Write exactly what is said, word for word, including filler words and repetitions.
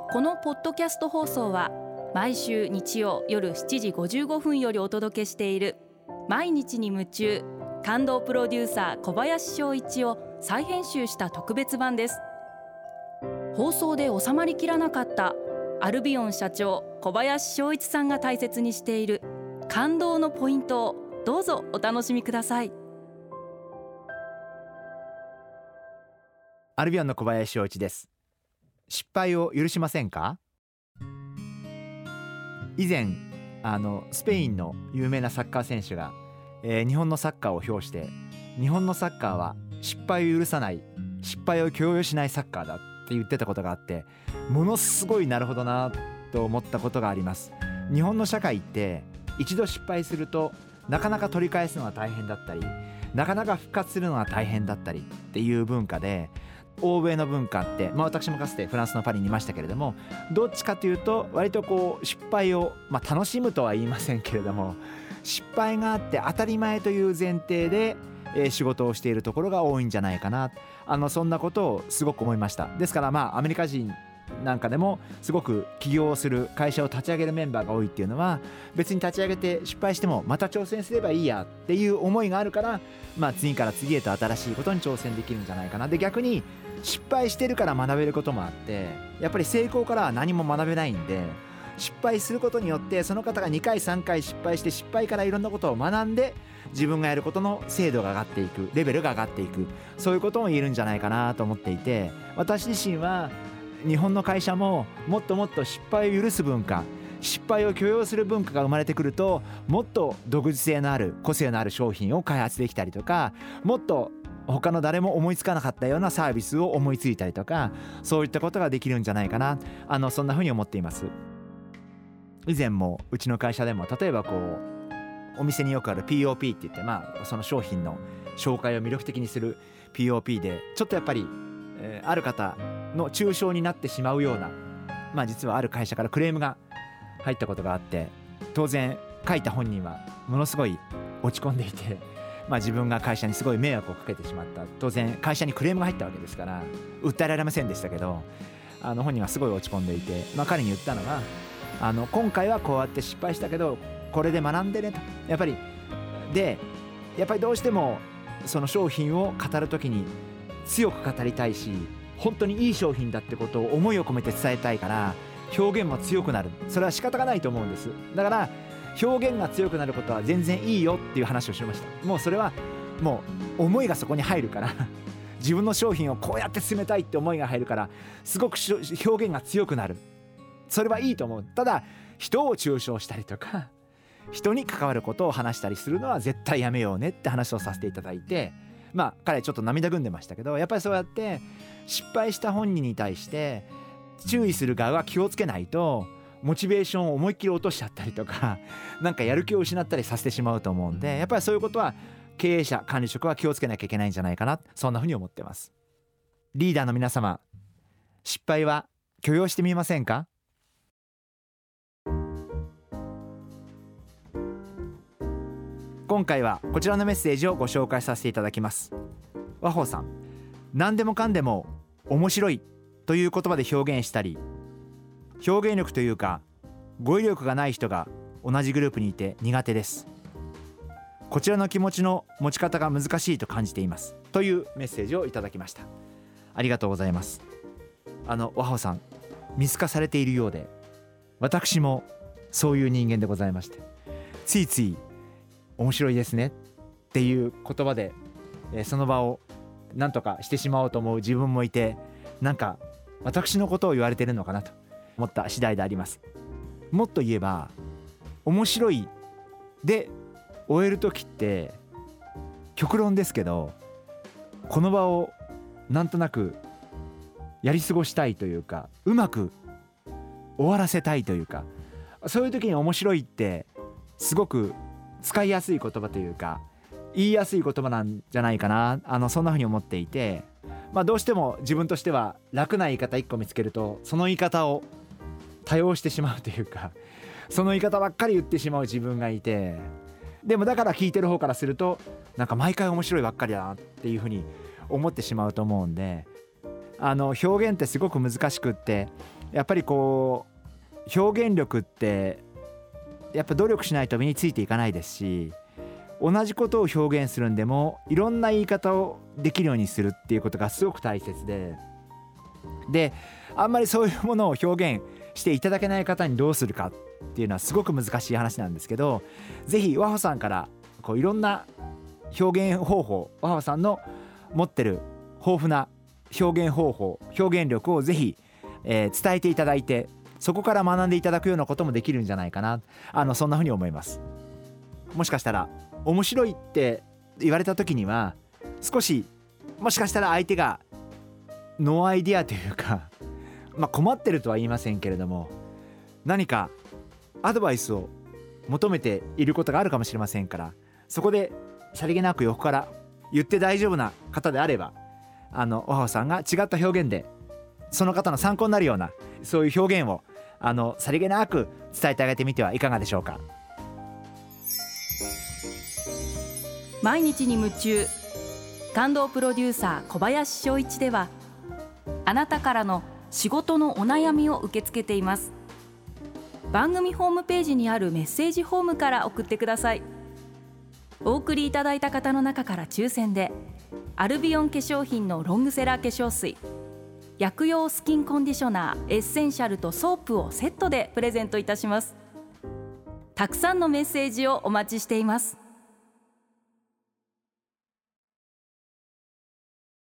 このポッドキャスト放送は毎週日曜夜しちじごじゅうごふんよりお届けしている毎日に夢中感動プロデューサー小林翔一を再編集した特別版です。放送で収まりきらなかったアルビオン社長小林翔一さんが大切にしている感動のポイントをどうぞお楽しみください。 アルビオンの小林翔一です。失敗を許しませんか？以前あのスペインの有名なサッカー選手が、えー、日本のサッカーを評して、日本のサッカーは失敗を許さない、失敗を許容しないサッカーだって言ってたことがあって、ものすごいなるほどなと思ったことがあります。日本の社会って一度失敗するとなかなか取り返すのは大変だったり、なかなか復活するのは大変だったりっていう文化で、欧米の文化って、まあ、私もかつてフランスのパリにいましたけれども、どっちかというと割とこう失敗を、まあ、楽しむとは言いませんけれども、失敗があって当たり前という前提で、えー、仕事をしているところが多いんじゃないかな、あのそんなことをすごく思いました。ですからまあアメリカ人なんかでもすごく起業をする会社を立ち上げるメンバーが多いっていうのは、別に立ち上げて失敗してもまた挑戦すればいいやっていう思いがあるから、まあ、次から次へと新しいことに挑戦できるんじゃないかな。で逆に失敗してるから学べることもあって、やっぱり成功からは何も学べないんで、失敗することによってその方がにかいさんかい失敗して、失敗からいろんなことを学んで自分がやることの精度が上がっていく、レベルが上がっていく、そういうことも言えるんじゃないかなと思っていて、私自身は日本の会社ももっともっと失敗を許す文化、失敗を許容する文化が生まれてくると、もっと独自性のある個性のある商品を開発できたりとか、もっと他の誰も思いつかなかったようなサービスを思いついたりとか、そういったことができるんじゃないかな、あのそんな風に思っています。以前もうちの会社でも、例えばこうお店によくある ピーオーピー って言って、まあその商品の紹介を魅力的にする ピーオーピー で、ちょっとやっぱり、えー、ある方の中傷になってしまうような、まあ実はある会社からクレームが入ったことがあって、当然書いた本人はものすごい落ち込んでいて、まあ、自分が会社にすごい迷惑をかけてしまった、当然会社にクレームが入ったわけですから訴えられませんでしたけど、あの本人はすごい落ち込んでいて、まあ、彼に言ったのが、あの今回はこうやって失敗したけどこれで学んでねと。やっぱりでやっぱりどうしてもその商品を語るときに強く語りたいし、本当にいい商品だってことを思いを込めて伝えたいから、表現も強くなる、それは仕方がないと思うんです。だから表現が強くなることは全然いいよっていう話をしました。もうそれはもう思いがそこに入るから自分の商品をこうやって進めたいって思いが入るから、すごく表現が強くなる、それはいいと思う。ただ人を中傷したりとか人に関わることを話したりするのは絶対やめようねって話をさせていただいて、まあ彼ちょっと涙ぐんでましたけど、やっぱりそうやって失敗した本人に対して注意する側は気をつけないと、モチベーションを思いっきり落としちゃったりとか、なんかやる気を失ったりさせてしまうと思うんで、やっぱりそういうことは経営者管理職は気をつけなきゃいけないんじゃないかな、そんなふうに思ってます。リーダーの皆様、失敗は許容してみませんか？今回はこちらのメッセージをご紹介させていただきます。和宝さん、何でもかんでも面白いという言葉で表現したり、表現力というか語彙力がない人が同じグループにいて苦手です。こちらの気持ちの持ち方が難しいと感じています、というメッセージをいただきました。ありがとうございます。あの和穂さん、見透かされているようで、私もそういう人間でございまして、ついつい面白いですねっていう言葉で、えー、その場を何とかしてしまおうと思う自分もいて、なんか私のことを言われているのかなと思った次第であります。もっと言えば面白いで終える時って極論ですけど、この場をなんとなくやり過ごしたいというか、うまく終わらせたいというか、そういう時に面白いってすごく使いやすい言葉というか言いやすい言葉なんじゃないかな、あのそんな風に思っていて、まあ、どうしても自分としては楽な言い方一個見つけるとその言い方を多用してしまうというか、その言い方ばっかり言ってしまう自分がいて、でもだから聞いてる方からするとなんか毎回面白いばっかりだなっていう風に思ってしまうと思うんで、あの表現ってすごく難しくって、 やっぱりこう表現力ってやっぱ努力しないと身についていかないですし、同じことを表現するんでもいろんな言い方をできるようにするっていうことがすごく大切で、であんまりそういうものを表現していただけない方にどうするかっていうのはすごく難しい話なんですけど、ぜひ和穂さんからこういろんな表現方法、和穂さんの持ってる豊富な表現方法、表現力をぜひ、えー、伝えていただいて、そこから学んでいただくようなこともできるんじゃないかな、あのそんなふうに思います。もしかしたら面白いって言われた時には少しもしかしたら相手がノーアイディアというか、まあ困ってるとは言いませんけれども、何かアドバイスを求めていることがあるかもしれませんから、そこでさりげなく横から言って大丈夫な方であれば、あの和穂さんが違った表現でその方の参考になるようなそういう表現をあのさりげなく伝えてあげてみてはいかがでしょうか。 毎日に夢中、感動プロデューサー小林翔一では、あなたからの仕事のお悩みを受け付けています。番組ホームページにあるメッセージフォームから送ってください。お送りいただいた方の中から抽選でアルビオン化粧品のロングセラー化粧水、薬用スキンコンディショナーエッセンシャルとソープをセットでプレゼントいたします。たくさんのメッセージをお待ちしています。